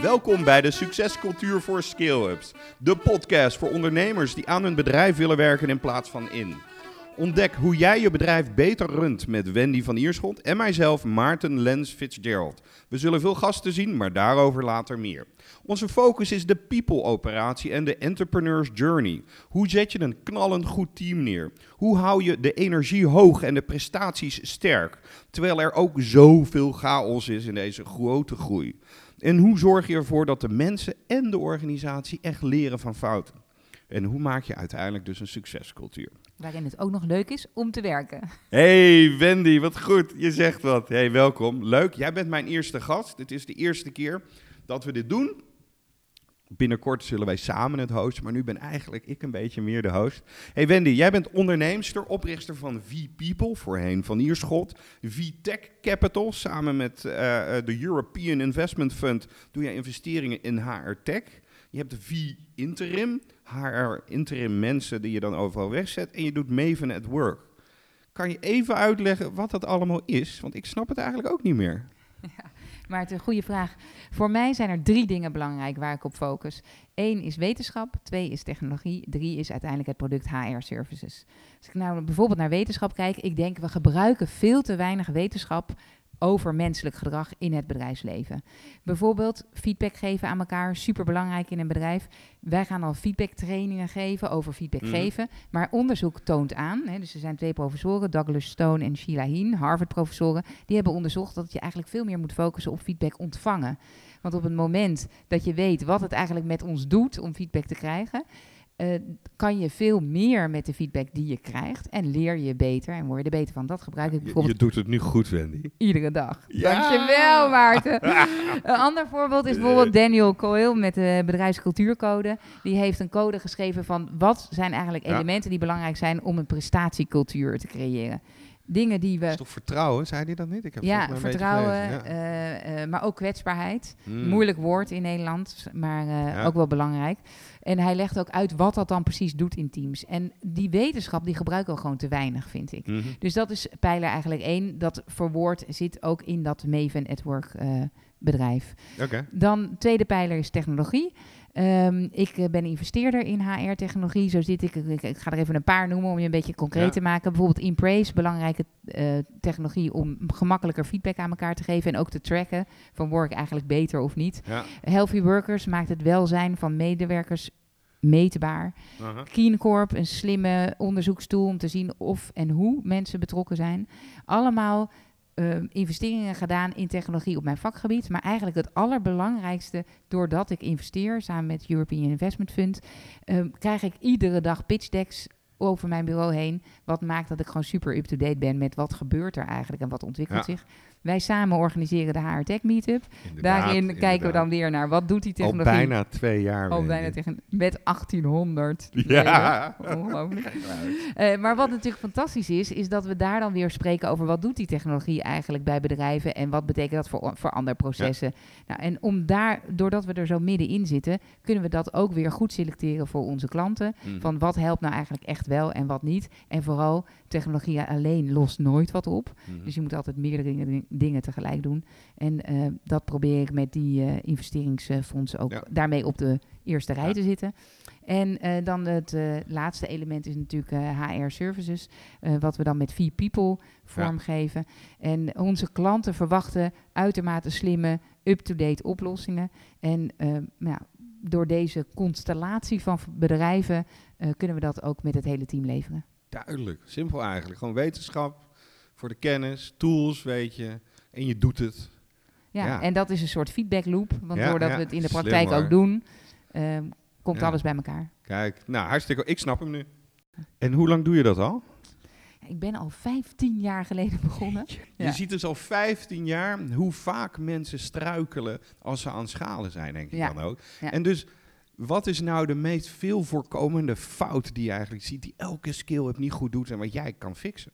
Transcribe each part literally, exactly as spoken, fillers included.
Welkom bij de Succescultuur voor Scale-ups. De podcast voor ondernemers die aan hun bedrijf willen werken in plaats van in. Ontdek hoe jij je bedrijf beter runt met Wendy van Ierschot en mijzelf Maarten Lens Fitzgerald. We zullen veel gasten zien, maar daarover later meer. Onze focus is de people-operatie en de entrepreneur's journey. Hoe zet je een knallend goed team neer? Hoe hou je de energie hoog en de prestaties sterk? Terwijl er ook zoveel chaos is in deze grote groei. En hoe zorg je ervoor dat de mensen en de organisatie echt leren van fouten? En hoe maak je uiteindelijk dus een succescultuur? Waarin het ook nog leuk is om te werken. Hey Wendy, wat goed. Je zegt wat. Hey, welkom. Leuk. Jij bent mijn eerste gast. Dit is de eerste keer dat we dit doen. Binnenkort zullen wij samen het hosten, maar nu ben eigenlijk ik een beetje meer de host. Hey Wendy, jij bent onderneemster, oprichter van V-People, voorheen Van Ierschot. V-Tech Capital, samen met uh, de European Investment Fund doe jij investeringen in H R Tech. Je hebt de V-Interim, H R-interim mensen die je dan overal wegzet. En je doet Maven at Work. Kan je even uitleggen wat dat allemaal is? Want ik snap het eigenlijk ook niet meer. Ja, maar het is een goede vraag. Voor mij zijn er drie dingen belangrijk waar ik op focus. Eén is wetenschap, twee is technologie, drie is uiteindelijk het product H R-services. Als ik nou bijvoorbeeld naar wetenschap kijk, ik denk we gebruiken veel te weinig wetenschap over menselijk gedrag in het bedrijfsleven. Bijvoorbeeld feedback geven aan elkaar, superbelangrijk in een bedrijf. Wij gaan al feedbacktrainingen geven over feedback mm. geven. Maar onderzoek toont aan, hè, dus er zijn twee professoren, Douglas Stone en Sheila Heen, Harvard-professoren, die hebben onderzocht dat je eigenlijk veel meer moet focussen op feedback ontvangen. Want op het moment dat je weet wat het eigenlijk met ons doet om feedback te krijgen, Uh, kan je veel meer met de feedback die je krijgt en leer je beter en word je er beter van. Dat gebruik ik bijvoorbeeld. Je, je doet het nu goed, Wendy. Iedere dag. Ja! Dankjewel, Maarten. Een ander voorbeeld is bijvoorbeeld Daniel Coyle met de bedrijfscultuurcode. Die heeft een code geschreven van wat zijn eigenlijk ja. elementen die belangrijk zijn om een prestatiecultuur te creëren. Dingen die we... Dat is toch vertrouwen, zei hij dat niet? Ik heb ja, een vertrouwen, ja. uh, uh, maar ook kwetsbaarheid. Hmm. Moeilijk woord in Nederland, maar uh, ja. ook wel belangrijk. En hij legt ook uit wat dat dan precies doet in teams. En die wetenschap, die gebruiken we gewoon te weinig, vind ik. Mm-hmm. Dus dat is pijler eigenlijk één. Dat verwoord zit ook in dat Maven at Work uh, bedrijf. Okay. Dan tweede pijler is technologie. Um, ik uh, ben investeerder in H R-technologie. Zo zit ik, ik. Ik ga er even een paar noemen om je een beetje concreet ja. te maken. Bijvoorbeeld Impraise, belangrijke uh, technologie om gemakkelijker feedback aan elkaar te geven en ook te tracken van work eigenlijk beter of niet. Ja. Healthy Workers maakt het welzijn van medewerkers meetbaar. Uh-huh. KeenCorp, een slimme onderzoekstoel om te zien of en hoe mensen betrokken zijn. Allemaal Uh, investeringen gedaan in technologie op mijn vakgebied. Maar eigenlijk het allerbelangrijkste, doordat ik investeer samen met European Investment Fund, uh, krijg ik iedere dag pitch decks over mijn bureau heen. Wat maakt dat ik gewoon super up-to-date ben met wat gebeurt er eigenlijk en wat ontwikkelt ja. zich. Wij samen organiseren de H R Tech Meetup. Inderdaad, Daarin inderdaad. kijken we dan weer naar wat doet die technologie. Al bijna twee jaar. Al bijna tegen, met achttienhonderd. Ja. Ongelooflijk. uh, maar wat natuurlijk fantastisch is, is dat we daar dan weer spreken over wat doet die technologie eigenlijk bij bedrijven en wat betekent dat voor, voor andere processen. Ja. Nou, en om daar, doordat we er zo middenin zitten, kunnen we dat ook weer goed selecteren voor onze klanten. Mm. Van wat helpt nou eigenlijk echt wel en wat niet. En vooral, technologie alleen lost nooit wat op. Mm. Dus je moet altijd meerdere dingen dingen tegelijk doen. En uh, dat probeer ik met die uh, investeringsfondsen ook ja. daarmee op de eerste rij ja. te zitten. En uh, dan het uh, laatste element is natuurlijk uh, H R-services, uh, wat we dan met V-People vormgeven. Ja. En onze klanten verwachten uitermate slimme, up-to-date oplossingen. En uh, nou, door deze constellatie van bedrijven uh, kunnen we dat ook met het hele team leveren. Duidelijk, simpel eigenlijk. Gewoon wetenschap voor de kennis, tools, weet je, en je doet het. Ja, ja. en dat is een soort feedback loop, want ja, doordat ja, we het in de praktijk slim, ook doen, uh, komt ja. alles bij elkaar. Kijk, nou hartstikke, ik snap hem nu. En hoe lang doe je dat al? Ik ben al vijftien jaar geleden begonnen. Je, je ja. ziet dus al vijftien jaar hoe vaak mensen struikelen als ze aan schalen zijn, denk ik ja. dan ook. Ja. En dus, wat is nou de meest veel voorkomende fout die je eigenlijk ziet, die elke skill-up niet goed doet en wat jij kan fixen?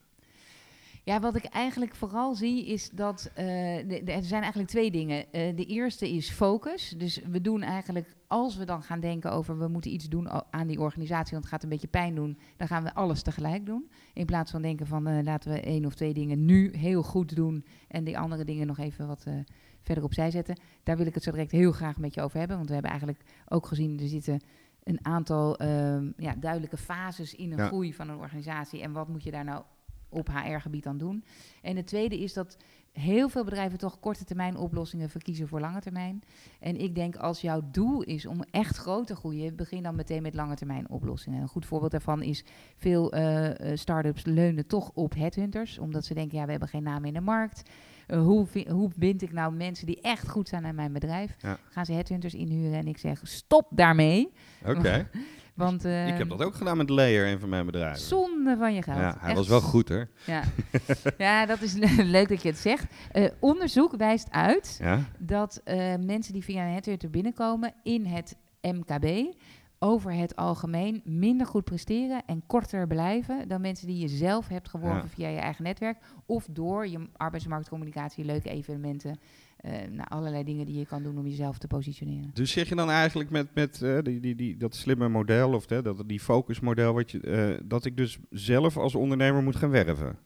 Ja, wat ik eigenlijk vooral zie is dat uh, de, de, er zijn eigenlijk twee dingen. Uh, de eerste is focus. Dus we doen eigenlijk, als we dan gaan denken over we moeten iets doen aan die organisatie, want het gaat een beetje pijn doen, dan gaan we alles tegelijk doen. In plaats van denken van uh, laten we één of twee dingen nu heel goed doen en die andere dingen nog even wat uh, verder opzij zetten. Daar wil ik het zo direct heel graag met je over hebben. Want we hebben eigenlijk ook gezien, er zitten een aantal um, ja, duidelijke fases in een ja. groei van een organisatie. En wat moet je daar nou op H R-gebied aan doen? En het tweede is dat heel veel bedrijven toch korte termijn oplossingen verkiezen voor lange termijn. En ik denk als jouw doel is om echt groot te groeien, begin dan meteen met lange termijn oplossingen. Een goed voorbeeld daarvan is veel uh, start-ups leunen toch op headhunters, omdat ze denken, ja, we hebben geen naam in de markt. Uh, hoe, vi- hoe bind ik nou mensen die echt goed zijn aan mijn bedrijf? Ja. Gaan ze headhunters inhuren en ik zeg, stop daarmee. Oké. Okay. Want, uh, ik heb dat ook gedaan met Layer, een van mijn bedrijven. Zonde van je geld. Ja, hij echt. was wel goed, hoor. Ja, ja dat is leuk dat je het zegt. Uh, onderzoek wijst uit ja? dat uh, mensen die via een headhunter binnenkomen in het M K B over het algemeen minder goed presteren en korter blijven dan mensen die je zelf hebt geworven ja. via je eigen netwerk of door je arbeidsmarktcommunicatie, leuke evenementen, uh, nou, allerlei dingen die je kan doen om jezelf te positioneren. Dus zeg je dan eigenlijk met, met uh, die, die, die, dat slimme model of uh, dat, die focusmodel, wat je, uh, dat ik dus zelf als ondernemer moet gaan werven?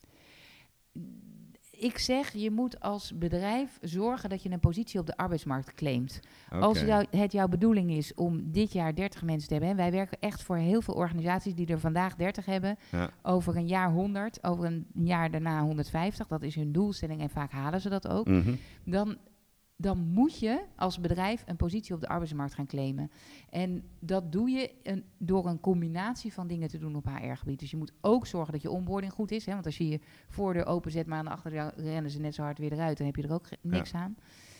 Ik zeg, je moet als bedrijf zorgen dat je een positie op de arbeidsmarkt claimt. Okay. Als jou, het jouw bedoeling is om dit jaar dertig mensen te hebben. Hè, wij werken echt voor heel veel organisaties die er vandaag dertig hebben. Ja. Over een jaar honderd, over een jaar daarna honderdvijftig. Dat is hun doelstelling en vaak halen ze dat ook. Mm-hmm. Dan... dan moet je als bedrijf een positie op de arbeidsmarkt gaan claimen. En dat doe je een, door een combinatie van dingen te doen op H R-gebied. Dus je moet ook zorgen dat je onboarding goed is. Hè? Want als je je voordeur openzet, maar aan de achterdeur rennen ze net zo hard weer eruit, dan heb je er ook niks ja. aan.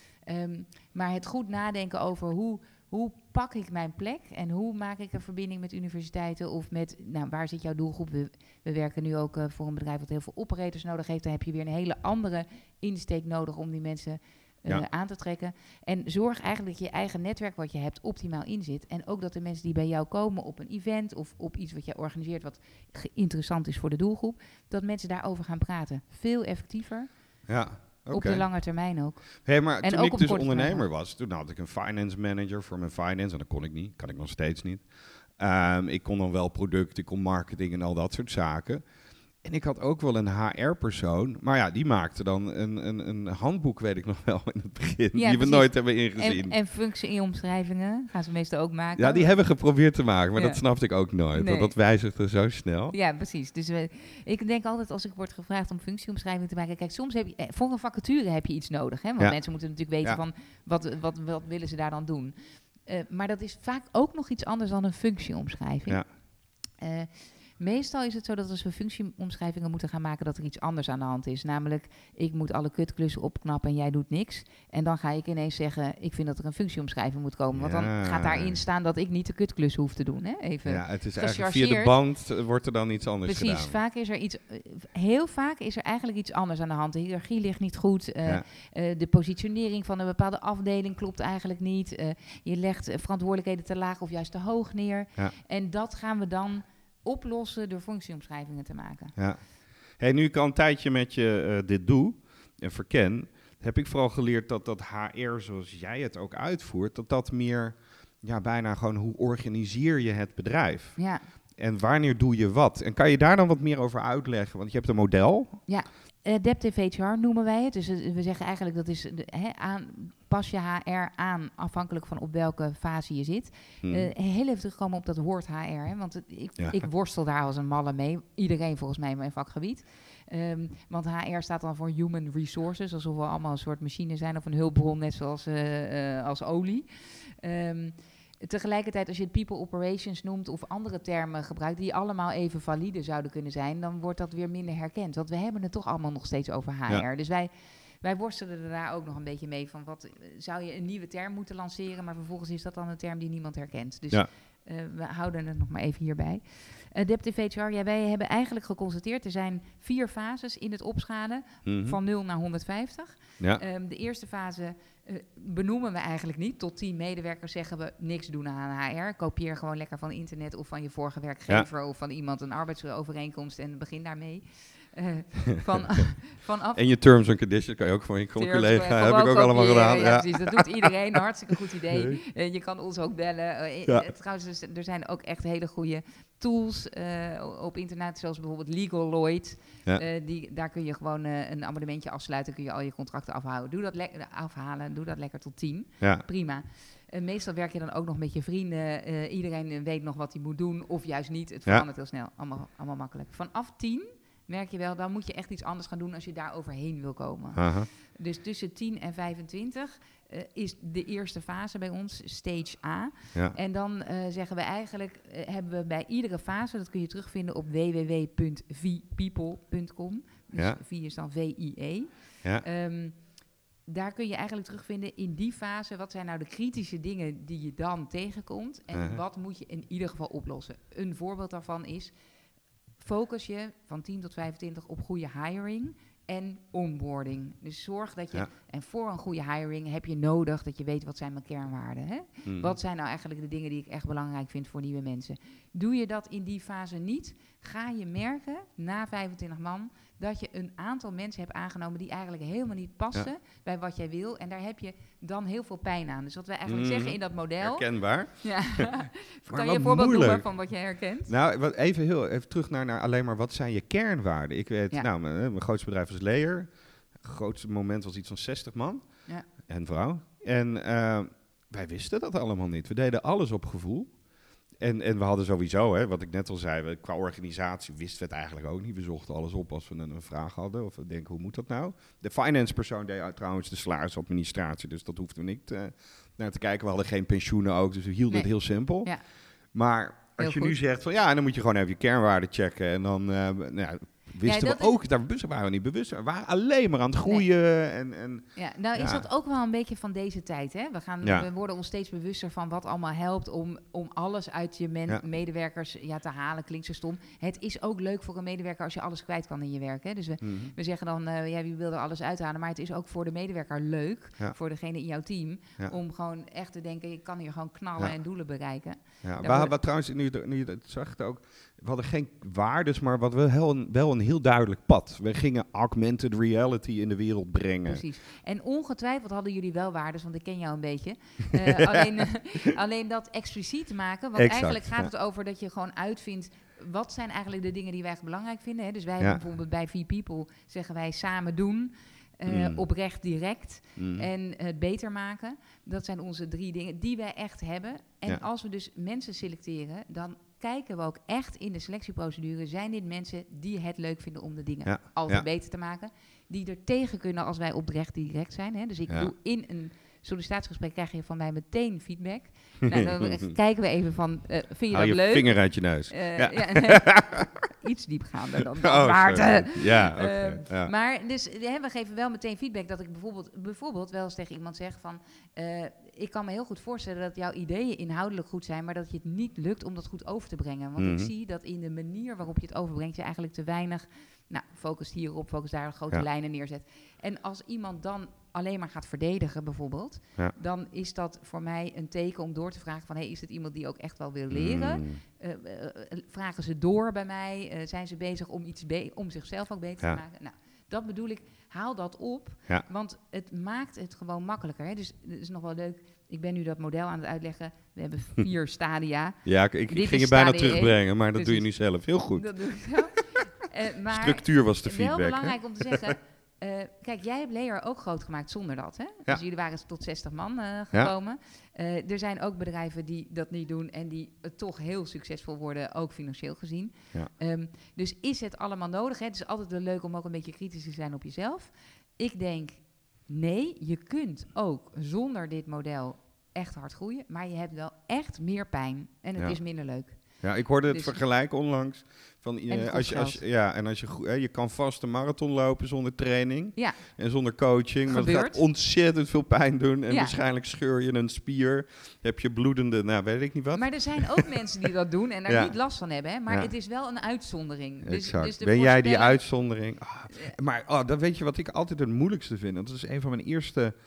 Um, maar het goed nadenken over hoe, hoe pak ik mijn plek en hoe maak ik een verbinding met universiteiten of met, nou, waar zit jouw doelgroep? We, we werken nu ook uh, voor een bedrijf dat heel veel operators nodig heeft. Dan heb je weer een hele andere insteek nodig om die mensen Uh, ja. aan te trekken. En zorg eigenlijk dat je eigen netwerk wat je hebt optimaal inzit. En ook dat de mensen die bij jou komen op een event of op iets wat jij organiseert wat ge- interessant is voor de doelgroep, dat mensen daarover gaan praten. Veel effectiever. Ja. Okay. Op de lange termijn ook. Hey, maar en toen ik dus ondernemer was, toen had ik een finance manager voor mijn finance. En dat kon ik niet, kan ik nog steeds niet. Um, ik kon dan wel product, ik kon marketing en al dat soort zaken. En ik had ook wel een H R-persoon, maar ja, die maakte dan een, een, een handboek, weet ik nog wel, in het begin, ja, die we nooit hebben ingezien. En, en functie-omschrijvingen gaan ze meestal ook maken. Ja, die hebben we geprobeerd te maken, maar ja. dat snapte ik ook nooit, nee. want dat wijzigde zo snel. Ja, precies. Dus we, ik denk altijd als ik word gevraagd om functie-omschrijvingen te maken, kijk, soms heb je, voor een vacature heb je iets nodig, hè, want ja. mensen moeten natuurlijk weten ja. van, wat, wat, wat willen ze daar dan doen. Uh, maar dat is vaak ook nog iets anders dan een functie-omschrijving. Ja. Uh, Meestal is het zo dat als we functieomschrijvingen moeten gaan maken, dat er iets anders aan de hand is. Namelijk, ik moet alle kutklussen opknappen en jij doet niks. En dan ga ik ineens zeggen, ik vind dat er een functieomschrijving moet komen. Want ja. dan gaat daarin staan dat ik niet de kutklussen hoef te doen. Hè? Even ja, het is eigenlijk via de band wordt er dan iets anders Precies, gedaan. Vaak is er iets, heel vaak is er eigenlijk iets anders aan de hand. De hiërarchie ligt niet goed. Uh, ja. uh, de positionering van een bepaalde afdeling klopt eigenlijk niet. Uh, je legt verantwoordelijkheden te laag of juist te hoog neer. Ja. En dat gaan we dan oplossen door functieomschrijvingen te maken. Ja. Hey, nu ik al een tijdje met je uh, dit doe en verken, heb ik vooral geleerd dat dat H R, zoals jij het ook uitvoert, dat dat meer, ja, bijna gewoon hoe organiseer je het bedrijf? Ja. En wanneer doe je wat? En kan je daar dan wat meer over uitleggen? Want je hebt een model. Ja. Adaptive H R noemen wij het. Dus uh, we zeggen eigenlijk dat is de, he, aan, pas je H R aan afhankelijk van op welke fase je zit. Hmm. Uh, heel even terugkomen op dat woord H R. Hè, want het, ik, ja. ik worstel daar als een malle mee. Iedereen volgens mij in mijn vakgebied. Um, want H R staat dan voor Human Resources. Alsof we allemaal een soort machine zijn of een hulpbron net zoals uh, uh, als olie. Um, Tegelijkertijd, als je het people operations noemt of andere termen gebruikt die allemaal even valide zouden kunnen zijn, dan wordt dat weer minder herkend. Want we hebben het toch allemaal nog steeds over H R. Ja. Dus wij, wij worstelen er daar ook nog een beetje mee van, wat zou je een nieuwe term moeten lanceren, maar vervolgens is dat dan een term die niemand herkent. Dus ja. uh, we houden het nog maar even hierbij. Adaptive H R, ja, wij hebben eigenlijk geconstateerd, er zijn vier fases in het opschalen, mm-hmm. van nul naar honderdvijftig. Ja. Um, de eerste fase uh, benoemen we eigenlijk niet. Tot tien medewerkers zeggen we niks doen aan H R. Kopieer gewoon lekker van internet of van je vorige werkgever ja. of van iemand een arbeidsovereenkomst en begin daarmee. Uh, van, vanaf en je terms and conditions kan je ook van je collega, heb ik ook allemaal gedaan. Ja, ja, precies, dat doet iedereen, een hartstikke goed idee. Nee. Uh, je kan ons ook bellen. Uh, ja. Trouwens, dus, er zijn ook echt hele goede tools uh, op internet, zoals bijvoorbeeld Legaloid. Ja. Uh, die, daar kun je gewoon uh, een abonnementje afsluiten, kun je al je contracten afhouden. Doe dat le- afhalen, doe dat lekker tot tien. Ja. Prima. Uh, meestal werk je dan ook nog met je vrienden. Uh, iedereen weet nog wat hij moet doen, of juist niet. Het verandert ja. heel snel. Allemaal, allemaal makkelijk. Vanaf tien merk je wel, dan moet je echt iets anders gaan doen als je daar overheen wil komen. Aha. Dus tussen tien en vijfentwintig uh, is de eerste fase bij ons, stage A. Ja. En dan uh, zeggen we eigenlijk, uh, hebben we bij iedere fase, dat kun je terugvinden op w w w punt v people punt com. Dus ja. V is dan V I E. Ja. Um, daar kun je eigenlijk terugvinden in die fase, wat zijn nou de kritische dingen die je dan tegenkomt en uh-huh. wat moet je in ieder geval oplossen. Een voorbeeld daarvan is, focus je van tien tot vijfentwintig op goede hiring en onboarding. Dus zorg dat je, ja. en voor een goede hiring heb je nodig dat je weet wat zijn mijn kernwaarden. Hè? Mm. Wat zijn nou eigenlijk de dingen die ik echt belangrijk vind voor nieuwe mensen. Doe je dat in die fase niet, ga je merken na vijfentwintig man dat je een aantal mensen hebt aangenomen die eigenlijk helemaal niet passen ja. bij wat jij wil. En daar heb je dan heel veel pijn aan. Dus wat wij eigenlijk mm. zeggen in dat model... Herkenbaar. Ja. Kan je een voorbeeld moeilijk. noemen van wat jij herkent? Nou, wat, even, heel, even terug naar, naar alleen maar wat zijn je kernwaarden. Ik weet, ja. nou, mijn, mijn grootste bedrijf was Layer. Het grootste moment was iets van zestig man. Ja. En vrouw. En uh, wij wisten dat allemaal niet. We deden alles op gevoel. En, en we hadden sowieso, hè, wat ik net al zei, we, qua organisatie wisten we het eigenlijk ook niet. We zochten alles op als we een, een vraag hadden. Of we denken, hoe moet dat nou? De finance persoon deed uh, trouwens de salarisadministratie. Dus dat hoefden we niet uh, naar te kijken. We hadden geen pensioenen ook, dus we hielden nee. het heel simpel. Ja. Maar als heel je goed. nu zegt van ja, dan moet je gewoon even je kernwaarden checken. En dan... Uh, nou ja, wisten ja, we ook, is... daar waren we niet bewust. We waren alleen maar aan het groeien. Nee. En, en, ja, nou ja. is dat ook wel een beetje van deze tijd. Hè? We, gaan, ja. we worden ons steeds bewuster van wat allemaal helpt om, om alles uit je men- ja. medewerkers ja, te halen. Klinkt zo stom. Het is ook leuk voor een medewerker als je alles kwijt kan in je werk. Hè? Dus we, mm-hmm. we zeggen dan, uh, ja, wie wil er alles uithalen? Maar het is ook voor de medewerker leuk, ja. voor degene in jouw team, ja. om gewoon echt te denken, je kan hier gewoon knallen ja. en doelen bereiken. Ja, waar, wat trouwens, nu, nu je dat zegt ook, we hadden geen waardes, maar wat wel een, wel een heel duidelijk pad. We gingen augmented reality in de wereld brengen. Precies. En ongetwijfeld hadden jullie wel waardes, want ik ken jou een beetje. Uh, alleen, uh, alleen dat expliciet maken, want exact, eigenlijk gaat ja. het over dat je gewoon uitvindt, wat zijn eigenlijk de dingen die wij echt belangrijk vinden. Hè? Dus wij ja. hebben bijvoorbeeld bij V-People, zeggen wij samen doen. Uh, mm. Oprecht direct mm. en het beter maken. Dat zijn onze drie dingen die wij echt hebben. En ja. als we dus mensen selecteren, dan kijken we ook echt in de selectieprocedure, zijn dit mensen die het leuk vinden om de dingen ja. altijd ja. beter te maken, die er tegen kunnen als wij oprecht direct zijn. Hè? Dus ik ja. doe in een sollicitatiegesprek krijg je van mij meteen feedback. Nou, dan kijken we even van, uh, vind je Hou dat je leuk? Vinger uit je neus. Uh, ja. Ja, nee, iets diepgaander dan, dan oh, Maarten. Ja, okay, uh, ja. Maar dus hè, we geven wel meteen feedback dat ik bijvoorbeeld, bijvoorbeeld wel eens tegen iemand zeg van, uh, ik kan me heel goed voorstellen dat jouw ideeën inhoudelijk goed zijn, maar dat je het niet lukt om dat goed over te brengen. Want mm-hmm. ik zie dat in de manier waarop je het overbrengt, je eigenlijk te weinig, nou, focus hierop, focus daar, grote ja. lijnen neerzet. En als iemand dan alleen maar gaat verdedigen bijvoorbeeld, ja. dan is dat voor mij een teken om door te vragen van, hey, is het iemand die ook echt wel wil leren? Mm. Uh, uh, vragen ze door bij mij? Uh, zijn ze bezig om iets be- om zichzelf ook beter ja. te maken? Nou, dat bedoel ik, haal dat op, ja. want het maakt het gewoon makkelijker. Hè? Dus het is nog wel leuk, ik ben nu dat model aan het uitleggen. We hebben vier stadia. Ja, ik, ik ging je bijna terugbrengen, maar dat Precies. doe je nu zelf. Heel goed. Dat doe ik zelf. uh, maar structuur was de feedback. Wel belangrijk hè? om te zeggen, Uh, kijk, jij hebt Layer ook groot gemaakt zonder dat, hè? Ja. Dus jullie waren tot zestig man uh, gekomen. Ja. Uh, er zijn ook bedrijven die dat niet doen en die uh, toch heel succesvol worden, ook financieel gezien. Ja. Um, dus is het allemaal nodig? Hè? Het is altijd wel leuk om ook een beetje kritisch te zijn op jezelf. Ik denk, nee, je kunt ook zonder dit model echt hard groeien, maar je hebt wel echt meer pijn en het ja. is minder leuk. Ja, ik hoorde het dus vergelijk onlangs. Van, uh, als je, als je, ja, en als je, uh, je kan vast een marathon lopen zonder training ja. en zonder coaching. Maar het gaat ontzettend veel pijn doen. En ja. waarschijnlijk scheur je een spier. Heb je bloedende, nou weet ik niet wat. Maar er zijn ook mensen die dat doen en daar ja. niet last van hebben. Hè? Maar ja. het is wel een uitzondering. Dus, exact. Dus ben jij die uitzondering? Oh, maar oh, dat weet je wat ik altijd het moeilijkste vind. Dat is een van mijn eerste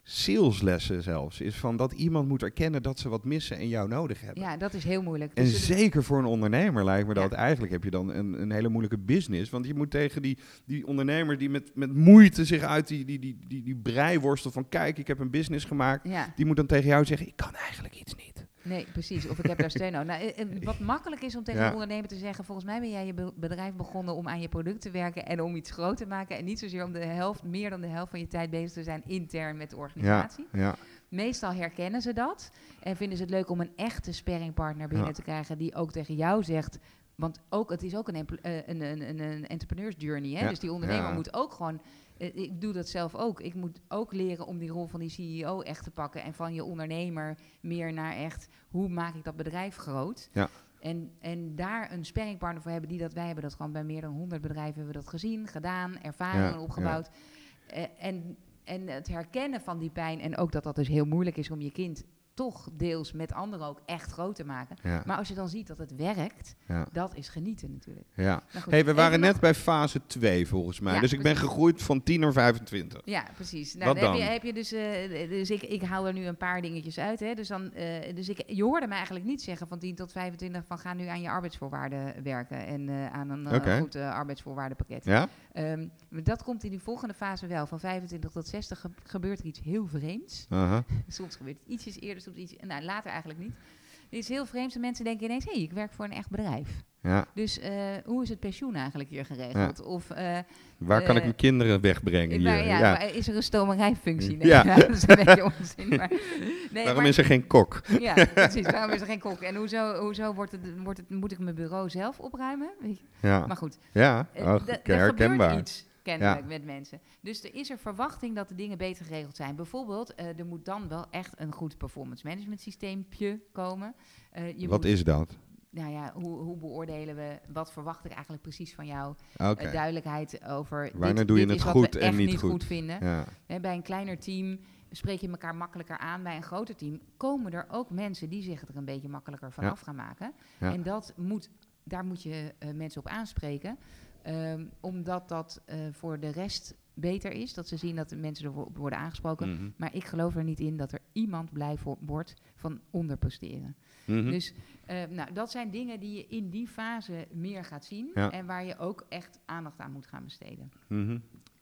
saleslessen zelfs. Is van dat iemand moet erkennen dat ze wat missen en jou nodig hebben. Ja, dat is heel moeilijk. En Dus zeker voor een ondernemer lijkt me dat. Ja. Eigenlijk heb je dan een, een hele moeilijke business. Want je moet tegen die, die ondernemer die met, met moeite zich uit die, die, die, die, die brei worstelt van kijk, ik heb een business gemaakt. ja. Die moet dan tegen jou zeggen, ik kan eigenlijk iets niet. Nee, precies. Of ik heb daar steun nodig. Nou, eh, eh, wat makkelijk is om tegen Ja. een ondernemer te zeggen, volgens mij ben jij je be- bedrijf begonnen om aan je product te werken en om iets groot te maken. En niet zozeer om de helft, meer dan de helft van je tijd bezig te zijn intern met de organisatie. Ja, ja. Meestal herkennen ze dat en vinden ze het leuk om een echte sparringpartner binnen Ja. te krijgen die ook tegen jou zegt. Want ook, het is ook een, empl- eh, een, een, een, een entrepreneurs journey. Hè? Ja. Dus die ondernemer Ja. moet ook gewoon. eh, Ik doe dat zelf ook. Ik moet ook leren om die rol van die C E O echt te pakken. En van je ondernemer meer naar echt, hoe maak ik dat bedrijf groot? Ja. En, en daar een sparringpartner voor hebben die dat. Wij hebben dat gewoon bij meer dan honderd bedrijven hebben we dat gezien, gedaan, ervaringen Ja, opgebouwd. Eh, en, en het herkennen van die pijn en ook dat dat dus heel moeilijk is om je kind toch deels met anderen ook echt groot te maken. Ja. Maar als je dan ziet dat het werkt, Ja. dat is genieten natuurlijk. Ja. Nou goed, Hey, we waren even net nog- bij fase twee volgens mij. Ja, dus ik ben precies. gegroeid van tien naar vijfentwintig. Ja, precies. Nou, Wat dan heb dan? je, heb je dus, eh, dus ik, ik haal er nu een paar dingetjes uit. Hè. Dus, dan, eh, dus ik, je hoorde me eigenlijk niet zeggen van tien tot vijfentwintig van ga nu aan je arbeidsvoorwaarden werken en eh, aan een eh, Oké. goed eh, arbeidsvoorwaardenpakket. Ja? Ehm, maar dat komt in die volgende fase wel. Van vijfentwintig tot zestig ge- gebeurt er iets heel vreemds. Aha. Soms gebeurt het ietsjes eerder, soms iets... Nou, later eigenlijk niet. Het is heel vreemd. En mensen denken ineens, hé, hey, ik werk voor een echt bedrijf. Ja. Dus eh, hoe is het pensioen eigenlijk hier geregeld? Of eh, Waar kan ik Eh, mijn kinderen wegbrengen hier? waar, ja, Ja. waar is er een stomerijfunctie? Nee, Ja. ja. Dat is een beetje onzin. Maar, nee, Waarom maar- is er geen kok? Ja, precies. Waarom is er geen kok? En hoezo, hoezo wordt het, wordt het, moet ik mijn bureau zelf opruimen? Weet je? Ja. Maar goed, Ja, eh, oh, d- er herkenbaar. gebeurt iets kennelijk Ja. met mensen. Dus er is er verwachting dat de dingen beter geregeld zijn. Bijvoorbeeld, eh, er moet dan wel echt een goed performance management systeempje komen. Eh, je Wat moet, is dat? Nou ja, hoe, hoe beoordelen we, wat verwacht ik eigenlijk precies van jou? Oké. Eh, duidelijkheid over Wanneer dit, doe je dit het is goed wat we en echt niet niet goed, goed. vinden. Ja. Hè, bij een kleiner team spreek je elkaar makkelijker aan. Bij een groter team komen er ook mensen die zich er een beetje makkelijker vanaf gaan maken. Ja. En dat moet, daar moet je uh, mensen op aanspreken. Um, omdat dat uh, voor de rest beter is. Dat ze zien dat de mensen er wo- worden aangesproken. Mhm. Maar ik geloof er niet in dat er iemand blij voor wordt van onderpresteren. Mhm. Dus uh, nou, dat zijn dingen die je in die fase meer gaat zien. Ja. En waar je ook echt aandacht aan moet gaan besteden. Mhm.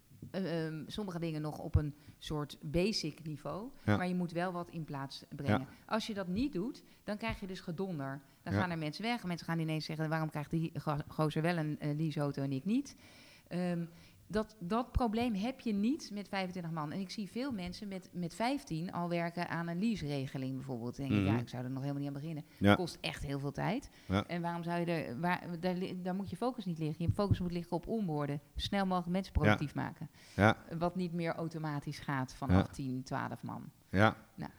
Uh, um, sommige dingen nog op een soort basic niveau. Ja. Maar je moet wel wat in plaats brengen. Ja. Als je dat niet doet, dan krijg je dus gedonder. Dan Ja. gaan er mensen weg. Mensen gaan ineens zeggen, waarom krijgt die go- gozer wel een uh, leaseauto en ik niet? Um, dat, dat probleem heb je niet met vijfentwintig man. En ik zie veel mensen met, met vijftien al werken aan een leaseregeling bijvoorbeeld. Dan denk ik, Mhm. ja, ik zou er nog helemaal niet aan beginnen. Ja. Het kost echt heel veel tijd. Ja. En waarom zou je er... Waar, daar, li- daar moet je focus niet liggen. Je focus moet liggen op onboarden. Snel mogelijk mensen productief maken. Ja. Wat niet meer automatisch gaat vanaf Ja. tien, twaalf man. Ja.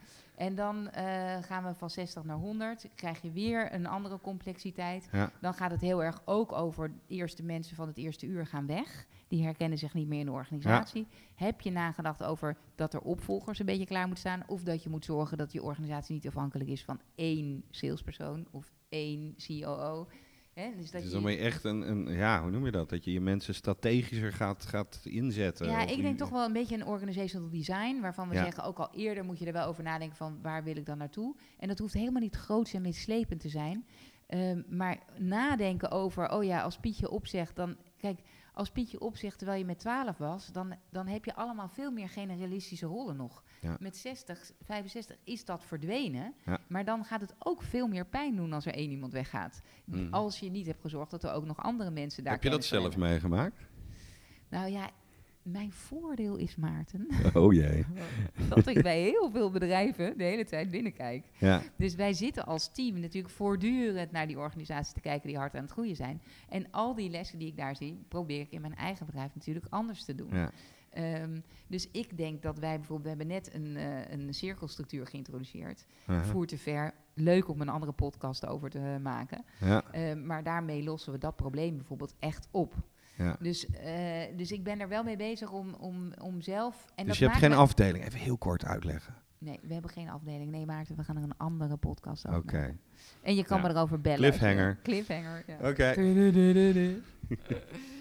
En dan uh, gaan we van zestig naar honderd. Krijg je weer een andere complexiteit. Ja. Dan gaat het heel erg ook over... eerste mensen van het eerste uur gaan weg. Die herkennen zich niet meer in de organisatie. Ja. Heb je nagedacht over dat er opvolgers een beetje klaar moeten staan? Of dat je moet zorgen dat je organisatie niet afhankelijk is van één salespersoon of één C O O? Hè? Dus dat Het is je, dan weer echt een, een, ja, hoe noem je dat? Dat je je mensen strategischer gaat, gaat inzetten. Ja, of ik je- denk toch wel een beetje een organizational design, waarvan we Ja. zeggen, ook al eerder moet je er wel over nadenken van waar wil ik dan naartoe. En dat hoeft helemaal niet groots en meeslepend te zijn. Um, maar nadenken over, oh ja, als Pietje opzegt, dan... Kijk, als Pietje opzegt terwijl je met twaalf was, dan, dan heb je allemaal veel meer generalistische rollen nog. Ja. Met zestig, vijfenzestig is dat verdwenen. Ja. Maar dan gaat het ook veel meer pijn doen als er één iemand weggaat. Mhm. Als je niet hebt gezorgd dat er ook nog andere mensen daar Heb je dat kennis van zelf hebben. meegemaakt? Nou ja, mijn voordeel is, Maarten, Oh jee. dat ik bij heel veel bedrijven de hele tijd binnenkijk. Ja. Dus wij zitten als team natuurlijk voortdurend naar die organisaties te kijken die hard aan het groeien zijn. En al die lessen die ik daar zie, probeer ik in mijn eigen bedrijf natuurlijk anders te doen. Ja. Um, dus ik denk dat wij bijvoorbeeld, we hebben net een, uh, een cirkelstructuur geïntroduceerd. Uh-huh. Voer te ver, leuk om een andere podcast over te maken. Ja. Uh, maar daarmee lossen we dat probleem bijvoorbeeld echt op. Ja. Dus, uh, dus ik ben er wel mee bezig om, om, om zelf... En Dus dat je hebt maakt geen me- afdeling. Even heel kort uitleggen. Nee, we hebben geen afdeling. Nee, Maarten, we gaan er een andere podcast over Oké. maken. En je kan Ja. me erover bellen. Cliffhanger. als je- Cliffhanger, ja. Oké.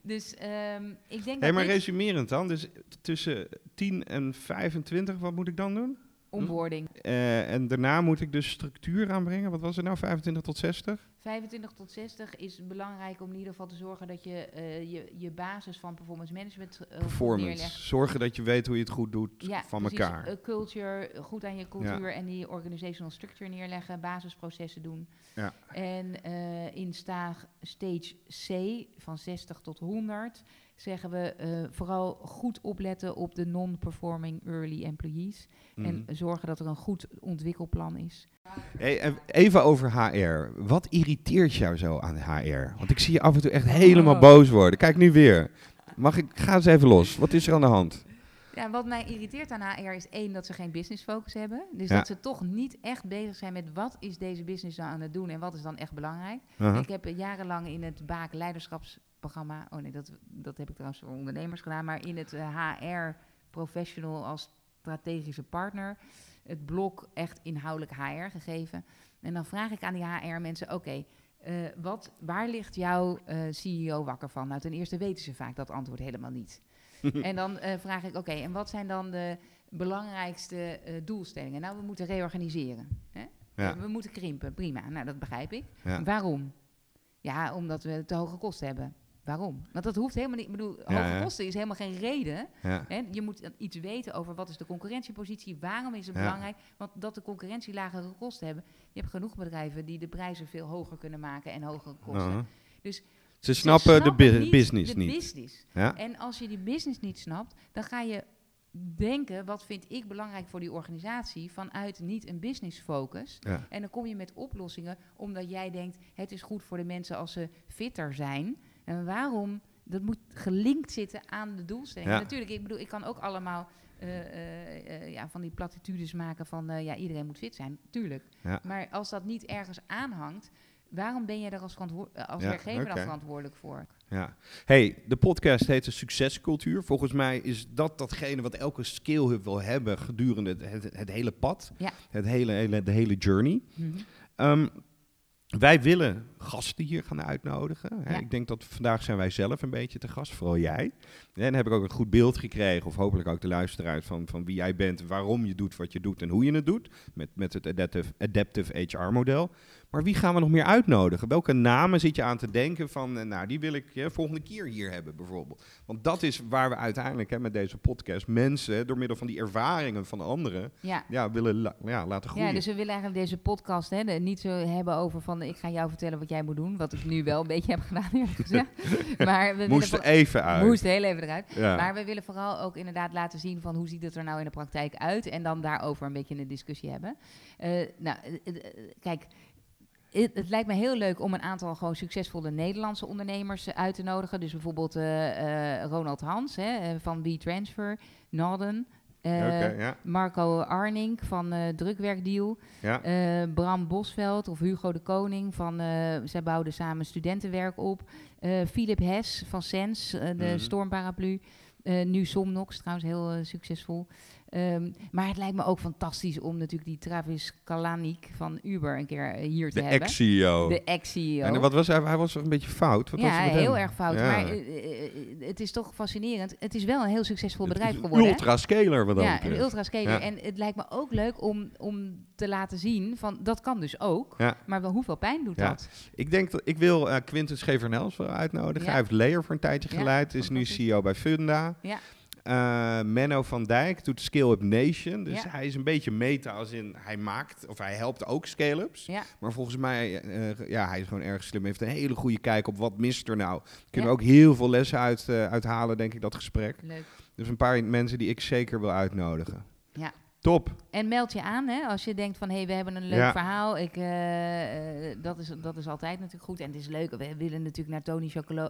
Dus um, ik denk Hey, dat maar dit... resumerend dan, dus tussen tien en vijfentwintig, wat moet ik dan doen? Onboarding. Uh, en daarna moet ik dus structuur aanbrengen. Wat was het nou, vijfentwintig tot zestig? vijfentwintig tot zestig is belangrijk om in ieder geval te zorgen dat je uh, je, je basis van performance management uh, Performance. neerlegt. Zorgen dat je weet hoe je het goed doet ja, van precies, elkaar. Uh, culture, goed aan je cultuur ja. en die organizational structure neerleggen, basisprocessen doen. Ja. En uh, in staag stage C van zestig tot honderd zeggen we uh, vooral goed opletten op de non-performing early employees. Mm-hmm. En zorgen dat er een goed ontwikkelplan is. Hey, even over H R. Wat irriteert jou zo aan H R? Want ik zie je af en toe echt helemaal oh. boos worden. Kijk nu weer. Mag ik, ga eens even los. Wat is er aan de hand? Ja, wat mij irriteert aan H R is één, dat ze geen business focus hebben. Dus ja. dat ze toch niet echt bezig zijn met wat is deze business nou aan het doen en wat is dan echt belangrijk. Uh-huh. Ik heb uh, jarenlang in het Baak leiderschapsprogramma, oh nee, dat, dat heb ik trouwens voor ondernemers gedaan, maar in het uh, H R professional als strategische partner het blok echt inhoudelijk H R gegeven. En dan vraag ik aan die H R-mensen, oké, okay, uh, wat, waar ligt jouw uh, C E O wakker van? Nou, ten eerste weten ze vaak dat antwoord helemaal niet. En dan uh, vraag ik, oké, okay, en wat zijn dan de belangrijkste uh, doelstellingen? Nou, we moeten reorganiseren. Hè? Ja. We moeten krimpen, prima. Nou, dat begrijp ik. Ja. Waarom? Ja, omdat we te hoge kosten hebben. Waarom? Want dat hoeft helemaal niet. Ik bedoel, hoge ja, ja. kosten is helemaal geen reden. Ja. Hè? Je moet iets weten over wat is de concurrentiepositie, waarom is het ja. belangrijk. Want dat de concurrentie lagere kosten hebben. Je hebt genoeg bedrijven die de prijzen veel hoger kunnen maken en hogere kosten. Uh-huh. Dus ze snappen, ze snappen de bu- niet business de niet. Business. Ja? En als je die business niet snapt, dan ga je denken, wat vind ik belangrijk voor die organisatie, vanuit niet een business focus. Ja. En dan kom je met oplossingen, omdat jij denkt, het is goed voor de mensen als ze fitter zijn. En waarom? Dat moet gelinkt zitten aan de doelstelling. Ja. Natuurlijk, ik bedoel, ik kan ook allemaal uh, uh, uh, ja, van die platitudes maken van, uh, ja, iedereen moet fit zijn. Tuurlijk. Ja. Maar als dat niet ergens aanhangt, waarom ben je er als, verantwo- als ja, werkgever okay. dan verantwoordelijk voor? Ja. Hey, de podcast heet de Succescultuur. Volgens mij is dat datgene wat elke skillhub wil hebben gedurende het, het, het hele pad. Ja. Het hele, hele, de hele journey. Mm-hmm. Um, wij willen gasten hier gaan uitnodigen. Ja. Ik denk dat vandaag zijn wij zelf een beetje te gast, vooral jij. En dan heb ik ook een goed beeld gekregen, of hopelijk ook de luisteraars, van, van wie jij bent, waarom je doet wat je doet en hoe je het doet. Met, met het adaptive, adaptive H R-model. Maar wie gaan we nog meer uitnodigen? Welke namen zit je aan te denken van, nou, die wil ik ja, volgende keer hier hebben bijvoorbeeld. Want dat is waar we uiteindelijk hè, met deze podcast mensen, door middel van die ervaringen van anderen, ja. Ja, willen la- ja, laten groeien. Ja, dus we willen eigenlijk deze podcast hè, niet zo hebben over van, ik ga jou vertellen wat jij moet doen. Wat ik nu wel een beetje heb gedaan, eerlijk gezegd. Maar we moest er voor- even uit. Moest heel even eruit. Ja. Maar we willen vooral ook inderdaad laten zien van, hoe ziet het er nou in de praktijk uit. En dan daarover een beetje een discussie hebben. Uh, nou, uh, uh, kijk... Het, het lijkt me heel leuk om een aantal gewoon succesvolle Nederlandse ondernemers uh, uit te nodigen. Dus bijvoorbeeld uh, uh, Ronald Hans hè, van WeTransfer, Norden, uh, okay, ja. Marco Arning van uh, Drukwerkdeal, ja. uh, Bram Bosveld of Hugo de Koning van, uh, zij bouwden samen studentenwerk op. Uh, Philip Hes van Sens, uh, de mm-hmm. stormparaplu. Uh, nu Somnox, trouwens heel uh, succesvol. Um, maar het lijkt me ook fantastisch om natuurlijk die Travis Kalanick van Uber een keer uh, hier te de hebben. Ex-C E O. De ex-C E O. En wat was hij? Hij was toch een beetje fout? Wat ja, was heel hem? erg fout. Ja. Maar uh, uh, het is toch fascinerend. Het is wel een heel succesvol het bedrijf geworden. Ultra-scaler wat dan Ja, een ultra-scaler. Ja. En het lijkt me ook leuk om, om te laten zien van, dat kan dus ook. Ja. Maar wel, hoeveel pijn doet ja. dat? Ik denk dat ik wil uh, Quintus Schevernels uitnodigen. Ja. Hij heeft Layer voor een tijdje geleid. Ja, is nu C E O bij Funda. Ja. Uh, Menno van Dijk doet Scale-Up Nation. Dus ja. hij is een beetje meta als in hij maakt, of hij helpt ook scale-ups. Ja. Maar volgens mij, uh, ja, hij is gewoon erg slim. Hij heeft een hele goede kijk op wat mist er nou. Kunnen ja. we ook heel veel lessen uit, uh, uithalen, denk ik, dat gesprek. Leuk. Dus een paar mensen die ik zeker wil uitnodigen. Ja. Top. En meld je aan, hè, als je denkt van, hé, hey, we hebben een leuk ja. verhaal. Ik, uh, uh, dat, is, dat is altijd natuurlijk goed. En het is leuk, we willen natuurlijk naar Tony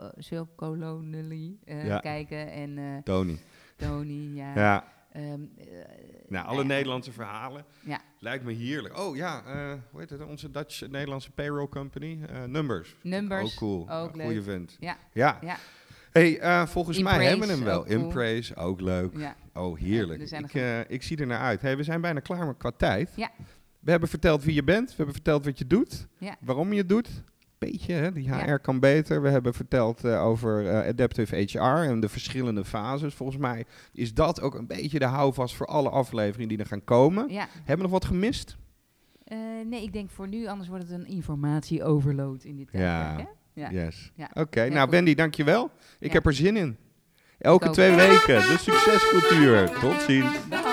Chocolonely uh, ja. kijken. En, uh, Tony. Tony, ja. ja. Um, uh, nou, alle uh, Nederlandse verhalen. Ja. Lijkt me heerlijk. Oh ja, uh, hoe heet het? Onze Dutch Nederlandse payroll company. Uh, Numbers. Numbers. Ook cool. Ook leuk. Goeie vent. Ja. Ja. ja. Hey, uh, volgens Impraise, mij hebben we hem wel. ook cool. Impraise, ook leuk. Ja. Oh, heerlijk. Ja, ik, uh, ik zie er naar uit. Hey, we zijn bijna klaar met qua tijd. Ja. We hebben verteld wie je bent. We hebben verteld wat je doet. Ja. Waarom je het doet. beetje, hè? Die H R Ja. kan beter. We hebben verteld uh, over uh, Adaptive H R en de verschillende fases. Volgens mij is dat ook een beetje de houvast voor alle afleveringen die er gaan komen. Ja. Hebben we nog wat gemist? Uh, nee, ik denk voor nu, anders wordt het een informatieoverload in dit tijdperk. Ja, Hè? Ja. Yes. Ja. Oké, okay, nou goed. Wendy, dankjewel. Ik Ja. heb er zin in. Elke ook. twee weken, de succescultuur. Tot ziens. Dag.